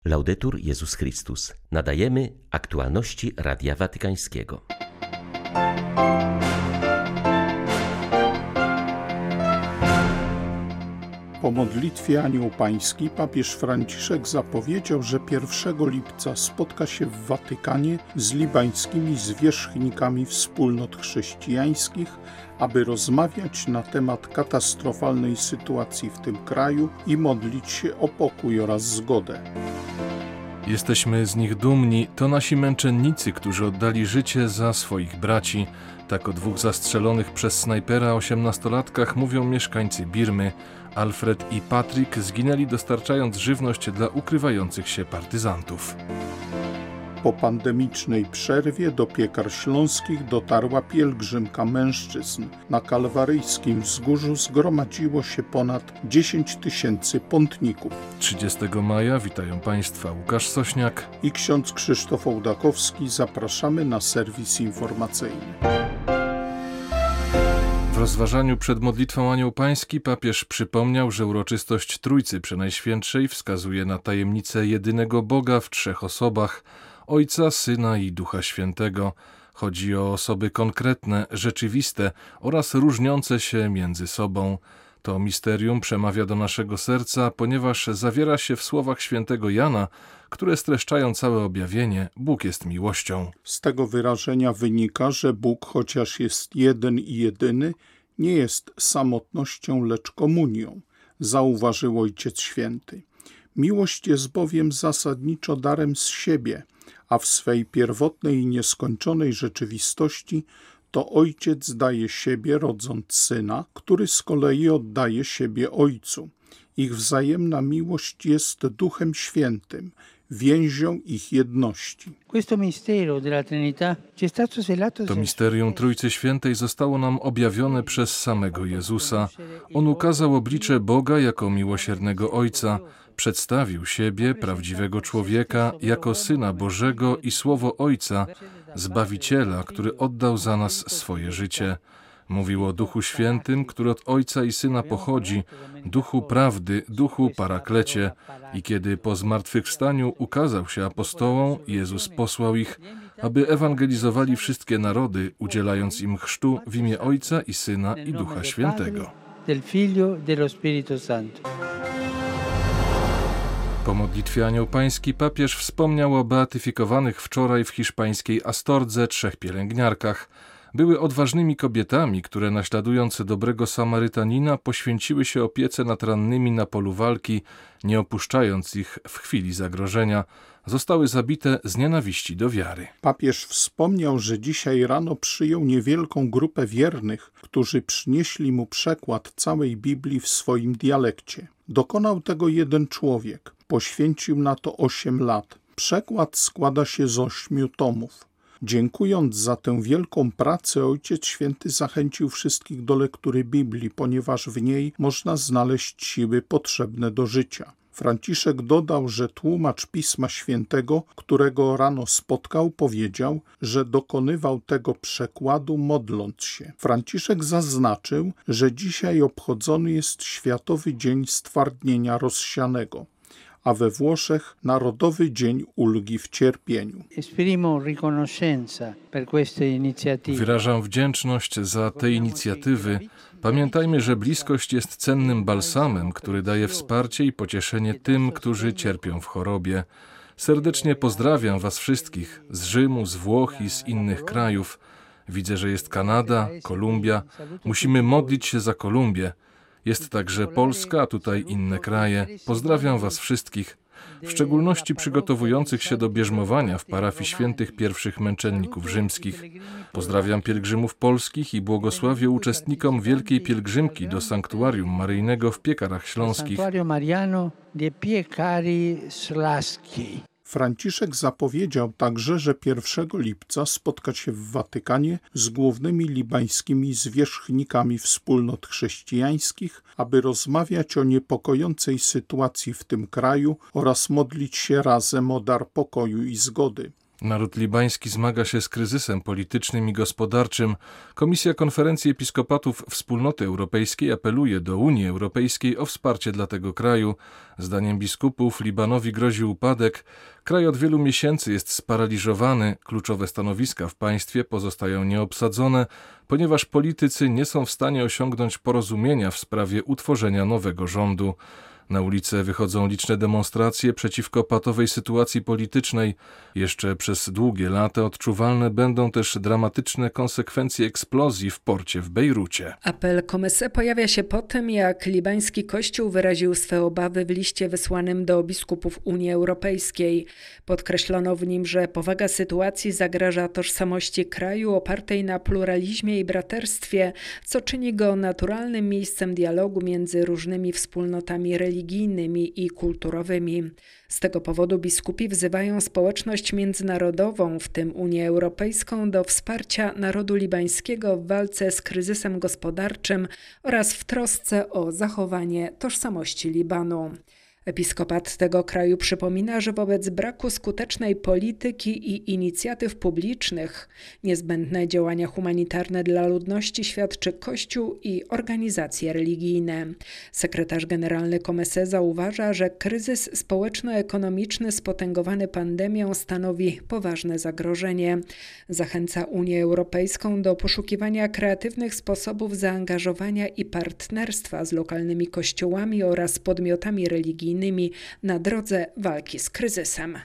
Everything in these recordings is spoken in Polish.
Laudetur Jezus Chrystus. Nadajemy aktualności Radia Watykańskiego. Po modlitwie Anioł Pański papież Franciszek zapowiedział, że 1 lipca spotka się w Watykanie z libańskimi zwierzchnikami wspólnot chrześcijańskich, aby rozmawiać na temat katastrofalnej sytuacji w tym kraju i modlić się o pokój oraz zgodę. Jesteśmy z nich dumni, to nasi męczennicy, którzy oddali życie za swoich braci. Tak o dwóch zastrzelonych przez snajpera 18-latkach mówią mieszkańcy Birmy. Alfred i Patrick zginęli dostarczając żywność dla ukrywających się partyzantów. Po pandemicznej przerwie do Piekar Śląskich dotarła pielgrzymka mężczyzn. Na kalwaryjskim wzgórzu zgromadziło się ponad 10 000 pątników. 30 maja witają Państwa Łukasz Sośniak I ksiądz Krzysztof Ołdakowski. Zapraszamy na serwis informacyjny. W rozważaniu przed modlitwą Anioł Pański papież przypomniał, że uroczystość Trójcy Przenajświętszej wskazuje na tajemnicę jedynego Boga w trzech osobach: Ojca, Syna i Ducha Świętego. Chodzi o osoby konkretne, rzeczywiste oraz różniące się między sobą. To misterium przemawia do naszego serca, ponieważ zawiera się w słowach świętego Jana, które streszczają całe objawienie: Bóg jest miłością. Z tego wyrażenia wynika, że Bóg, chociaż jest jeden i jedyny, nie jest samotnością, lecz komunią, zauważył Ojciec Święty. Miłość jest bowiem zasadniczo darem z siebie, a w swej pierwotnej i nieskończonej rzeczywistości to Ojciec daje siebie, rodząc Syna, który z kolei oddaje siebie Ojcu. Ich wzajemna miłość jest Duchem Świętym, więzią ich jedności. To misterium Trójcy Świętej zostało nam objawione przez samego Jezusa. On ukazał oblicze Boga jako miłosiernego Ojca, przedstawił siebie, prawdziwego człowieka, jako Syna Bożego i Słowo Ojca, Zbawiciela, który oddał za nas swoje życie. Mówił o Duchu Świętym, który od Ojca i Syna pochodzi, Duchu Prawdy, Duchu Paraklecie. I kiedy po zmartwychwstaniu ukazał się apostołom, Jezus posłał ich, aby ewangelizowali wszystkie narody, udzielając im chrztu w imię Ojca i Syna i Ducha Świętego. Po modlitwie Anioł Pański papież wspomniał o beatyfikowanych wczoraj w hiszpańskiej Astordze 3 pielęgniarkach. Były odważnymi kobietami, które naśladując dobrego Samarytanina poświęciły się opiece nad rannymi na polu walki, nie opuszczając ich w chwili zagrożenia. Zostały zabite z nienawiści do wiary. Papież wspomniał, że dzisiaj rano przyjął niewielką grupę wiernych, którzy przynieśli mu przekład całej Biblii w swoim dialekcie. Dokonał tego jeden człowiek. Poświęcił na to 8 lat. Przekład składa się z 8 tomów. Dziękując za tę wielką pracę, Ojciec Święty zachęcił wszystkich do lektury Biblii, ponieważ w niej można znaleźć siły potrzebne do życia. Franciszek dodał, że tłumacz Pisma Świętego, którego rano spotkał, powiedział, że dokonywał tego przekładu modląc się. Franciszek zaznaczył, że dzisiaj obchodzony jest Światowy Dzień Stwardnienia Rozsianego, a we Włoszech Narodowy Dzień Ulgi w Cierpieniu. Wyrażam wdzięczność za te inicjatywy. Pamiętajmy, że bliskość jest cennym balsamem, który daje wsparcie i pocieszenie tym, którzy cierpią w chorobie. Serdecznie pozdrawiam Was wszystkich z Rzymu, z Włoch i z innych krajów. Widzę, że jest Kanada, Kolumbia. Musimy modlić się za Kolumbię. Jest także Polska, a tutaj inne kraje. Pozdrawiam Was wszystkich, w szczególności przygotowujących się do bierzmowania w parafii świętych pierwszych męczenników rzymskich. Pozdrawiam pielgrzymów polskich i błogosławię uczestnikom Wielkiej Pielgrzymki do Sanktuarium Maryjnego w Piekarach Śląskich. Franciszek zapowiedział także, że 1 lipca spotka się w Watykanie z głównymi libańskimi zwierzchnikami wspólnot chrześcijańskich, aby rozmawiać o niepokojącej sytuacji w tym kraju oraz modlić się razem o dar pokoju i zgody. Naród libański zmaga się z kryzysem politycznym i gospodarczym. Komisja Konferencji Episkopatów Wspólnoty Europejskiej apeluje do Unii Europejskiej o wsparcie dla tego kraju. Zdaniem biskupów Libanowi grozi upadek. Kraj od wielu miesięcy jest sparaliżowany. Kluczowe stanowiska w państwie pozostają nieobsadzone, ponieważ politycy nie są w stanie osiągnąć porozumienia w sprawie utworzenia nowego rządu. Na ulice wychodzą liczne demonstracje przeciwko patowej sytuacji politycznej. Jeszcze przez długie lata odczuwalne będą też dramatyczne konsekwencje eksplozji w porcie w Bejrucie. Apel Comese pojawia się po tym, jak libański kościół wyraził swe obawy w liście wysłanym do biskupów Unii Europejskiej. Podkreślono w nim, że powaga sytuacji zagraża tożsamości kraju opartej na pluralizmie i braterstwie, co czyni go naturalnym miejscem dialogu między różnymi wspólnotami religijnymi i kulturowymi. Z tego powodu biskupi wzywają społeczność międzynarodową, w tym Unię Europejską, do wsparcia narodu libańskiego w walce z kryzysem gospodarczym oraz w trosce o zachowanie tożsamości Libanu. Episkopat tego kraju przypomina, że wobec braku skutecznej polityki i inicjatyw publicznych niezbędne działania humanitarne dla ludności świadczy Kościół i organizacje religijne. Sekretarz generalny Comese zauważa, że kryzys społeczno-ekonomiczny spotęgowany pandemią stanowi poważne zagrożenie. Zachęca Unię Europejską do poszukiwania kreatywnych sposobów zaangażowania i partnerstwa z lokalnymi kościołami oraz podmiotami religijnymi na drodze walki z kryzysem.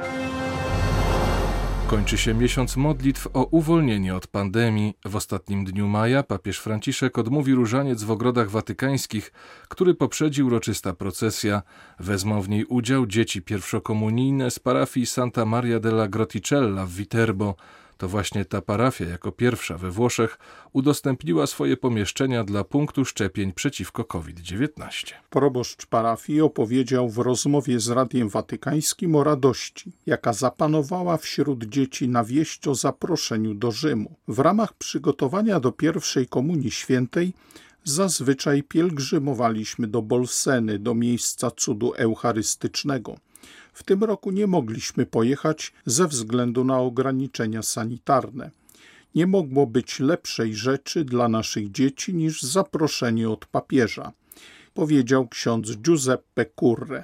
Kończy się miesiąc modlitw o uwolnienie od pandemii. W ostatnim dniu maja papież Franciszek odmówi różaniec w ogrodach watykańskich, który poprzedzi uroczysta procesja. Wezmą w niej udział dzieci pierwszokomunijne z parafii Santa Maria della Grotticella w Viterbo. To właśnie ta parafia jako pierwsza we Włoszech udostępniła swoje pomieszczenia dla punktu szczepień przeciwko COVID-19. Proboszcz parafii opowiedział w rozmowie z Radiem Watykańskim o radości, jaka zapanowała wśród dzieci na wieść o zaproszeniu do Rzymu. W ramach przygotowania do pierwszej Komunii Świętej zazwyczaj pielgrzymowaliśmy do Bolseny, do miejsca cudu eucharystycznego. W tym roku nie mogliśmy pojechać ze względu na ograniczenia sanitarne. Nie mogło być lepszej rzeczy dla naszych dzieci niż zaproszenie od papieża, powiedział ksiądz Giuseppe Curre.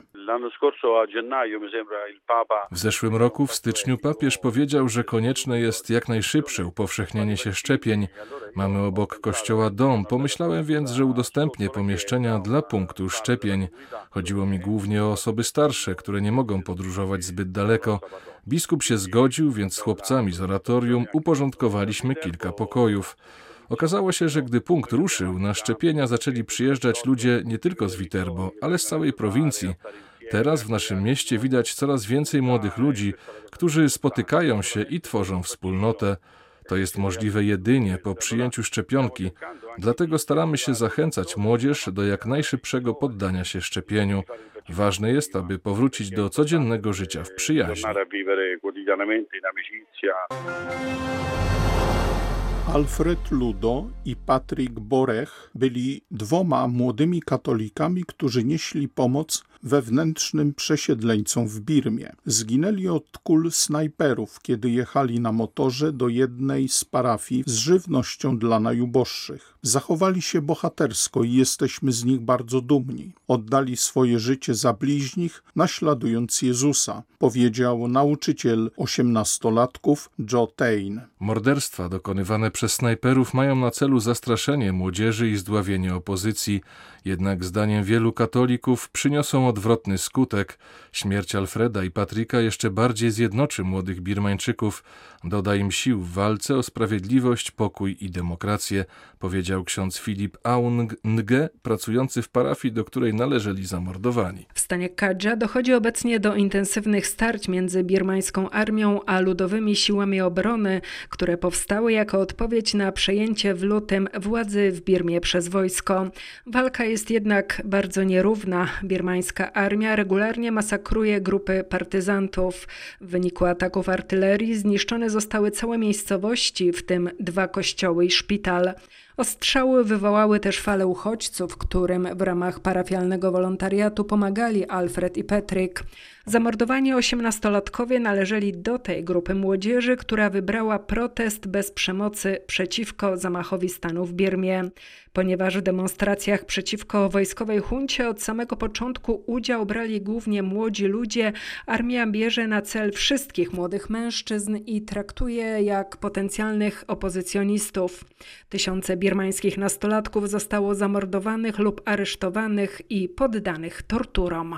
W zeszłym roku, w styczniu, papież powiedział, że konieczne jest jak najszybsze upowszechnianie się szczepień. Mamy obok kościoła dom. Pomyślałem więc, że udostępnię pomieszczenia dla punktu szczepień. Chodziło mi głównie o osoby starsze, które nie mogą podróżować zbyt daleko. Biskup się zgodził, więc z chłopcami z oratorium uporządkowaliśmy kilka pokojów. Okazało się, że gdy punkt ruszył, na szczepienia zaczęli przyjeżdżać ludzie nie tylko z Viterbo, ale z całej prowincji. Teraz w naszym mieście widać coraz więcej młodych ludzi, którzy spotykają się i tworzą wspólnotę. To jest możliwe jedynie po przyjęciu szczepionki. Dlatego staramy się zachęcać młodzież do jak najszybszego poddania się szczepieniu. Ważne jest, aby powrócić do codziennego życia w przyjaźni. Alfred Ludo i Patrick Borech byli dwoma młodymi katolikami, którzy nieśli pomoc wewnętrznym przesiedleńcom w Birmie. Zginęli od kul snajperów, kiedy jechali na motorze do jednej z parafii z żywnością dla najuboższych. Zachowali się bohatersko i jesteśmy z nich bardzo dumni. Oddali swoje życie za bliźnich, naśladując Jezusa, powiedział nauczyciel 18-latków Joe Tain. Morderstwa dokonywane przez snajperów mają na celu zastraszenie młodzieży i zdławienie opozycji. Jednak zdaniem wielu katolików przyniosą odwrotny skutek. Śmierć Alfreda i Patryka jeszcze bardziej zjednoczy młodych Birmańczyków, doda im sił w walce o sprawiedliwość, pokój i demokrację, powiedział ksiądz Filip Aung Nge, pracujący w parafii, do której należeli zamordowani. W stanie Kadża dochodzi obecnie do intensywnych starć między birmańską armią a ludowymi siłami obrony, które powstały jako odpowiedź na przejęcie w lutym władzy w Birmie przez wojsko. Walka jest jednak bardzo nierówna. Birmańska armia regularnie masakruje grupy partyzantów. W wyniku ataków artylerii zniszczone zostały całe miejscowości, w tym 2 kościoły i szpital. Ostrzały wywołały też falę uchodźców, którym w ramach parafialnego wolontariatu pomagali Alfred i Patrick. Zamordowani 18-latkowie należeli do tej grupy młodzieży, która wybrała protest bez przemocy przeciwko zamachowi stanu w Birmie. Ponieważ w demonstracjach przeciwko wojskowej juncie od samego początku udział brali głównie młodzi ludzie, armia bierze na cel wszystkich młodych mężczyzn i traktuje jak potencjalnych opozycjonistów. Tysiące birmańskich nastolatków zostało zamordowanych lub aresztowanych i poddanych torturom.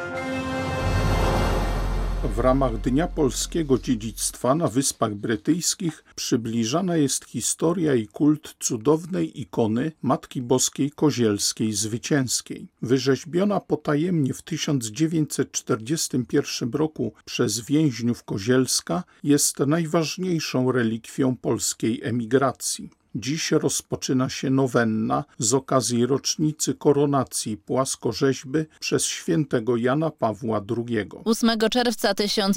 W ramach Dnia Polskiego Dziedzictwa na Wyspach Brytyjskich przybliżana jest historia i kult cudownej ikony Matki Boskiej Kozielskiej Zwycięskiej. Wyrzeźbiona potajemnie w 1941 roku przez więźniów Kozielska, jest najważniejszą relikwią polskiej emigracji. Dziś rozpoczyna się nowenna z okazji rocznicy koronacji płaskorzeźby przez świętego Jana Pawła II. 8 czerwca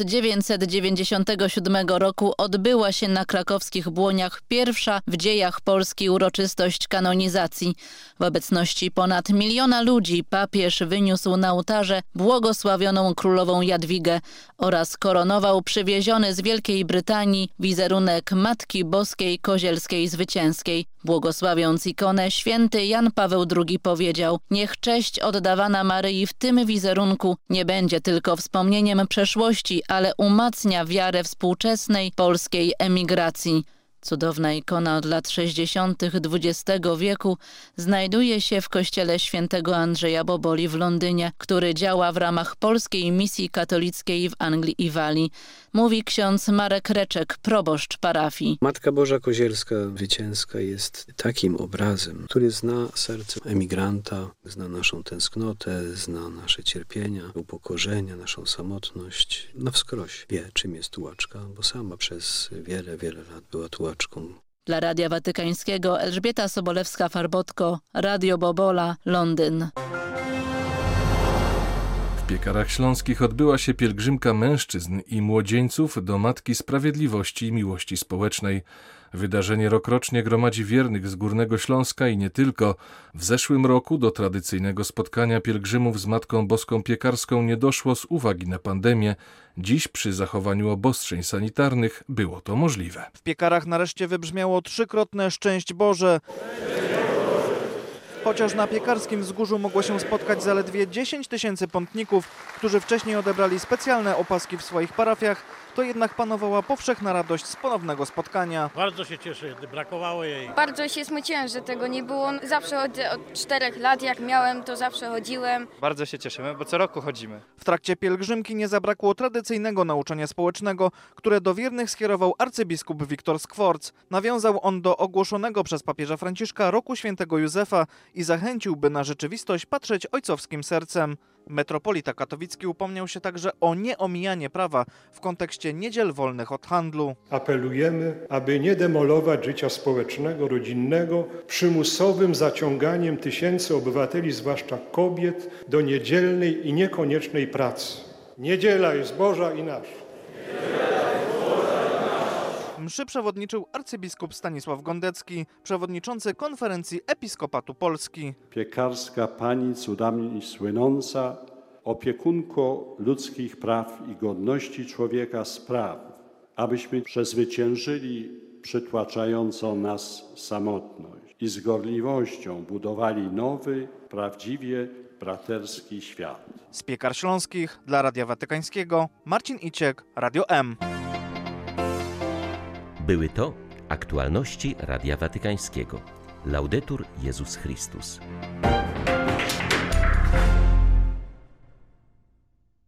1997 roku odbyła się na krakowskich Błoniach pierwsza w dziejach Polski uroczystość kanonizacji. W obecności ponad 1 miliona ludzi papież wyniósł na ołtarze błogosławioną królową Jadwigę oraz koronował przywieziony z Wielkiej Brytanii wizerunek Matki Boskiej Kozielskiej Zwycięskiej. Błogosławiąc ikonę, święty Jan Paweł II powiedział: niech cześć oddawana Maryi w tym wizerunku nie będzie tylko wspomnieniem przeszłości, ale umacnia wiarę współczesnej polskiej emigracji. Cudowna ikona od lat 60. XX wieku znajduje się w kościele świętego Andrzeja Boboli w Londynie, który działa w ramach polskiej misji katolickiej w Anglii i Walii. Mówi ksiądz Marek Reczek, proboszcz parafii. Matka Boża Kozielska Zwycięska jest takim obrazem, który zna serce emigranta, zna naszą tęsknotę, zna nasze cierpienia, upokorzenia, naszą samotność. Na wskroś wie, czym jest tułaczka, bo sama przez wiele lat była tułaczką. Dla Radia Watykańskiego Elżbieta Sobolewska-Farbotko, Radio Bobola, Londyn. W Piekarach Śląskich odbyła się pielgrzymka mężczyzn i młodzieńców do Matki Sprawiedliwości i Miłości Społecznej. Wydarzenie rokrocznie gromadzi wiernych z Górnego Śląska i nie tylko. W zeszłym roku do tradycyjnego spotkania pielgrzymów z Matką Boską Piekarską nie doszło z uwagi na pandemię. Dziś przy zachowaniu obostrzeń sanitarnych było to możliwe. W Piekarach nareszcie wybrzmiało trzykrotne Szczęść Boże. Chociaż na piekarskim wzgórzu mogło się spotkać zaledwie 10 000 pątników, którzy wcześniej odebrali specjalne opaski w swoich parafiach, to jednak panowała powszechna radość z ponownego spotkania. Bardzo się cieszę, brakowało jej. Bardzo się smuciłem, że tego nie było. Zawsze chodzę od 4 lat, jak miałem, to zawsze chodziłem. Bardzo się cieszymy, bo co roku chodzimy. W trakcie pielgrzymki nie zabrakło tradycyjnego nauczania społecznego, które do wiernych skierował arcybiskup Wiktor Skworc. Nawiązał on do ogłoszonego przez papieża Franciszka roku świętego Józefa i zachęcił, by na rzeczywistość patrzeć ojcowskim sercem. Metropolita katowicki upomniał się także o nieomijanie prawa w kontekście niedziel wolnych od handlu. Apelujemy, aby nie demolować życia społecznego, rodzinnego, przymusowym zaciąganiem tysięcy obywateli, zwłaszcza kobiet, do niedzielnej i niekoniecznej pracy. Niedziela jest Boża i nasza. Mszy przewodniczył arcybiskup Stanisław Gondecki, przewodniczący Konferencji Episkopatu Polski. Piekarska Pani cudami słynąca, opiekunko ludzkich praw i godności człowieka spraw, abyśmy przezwyciężyli przytłaczającą nas samotność i z gorliwością budowali nowy, prawdziwie braterski świat. Z Piekar Śląskich dla Radia Watykańskiego Marcin Iciek, Radio M. Były to aktualności Radia Watykańskiego. Laudetur Jezus Chrystus.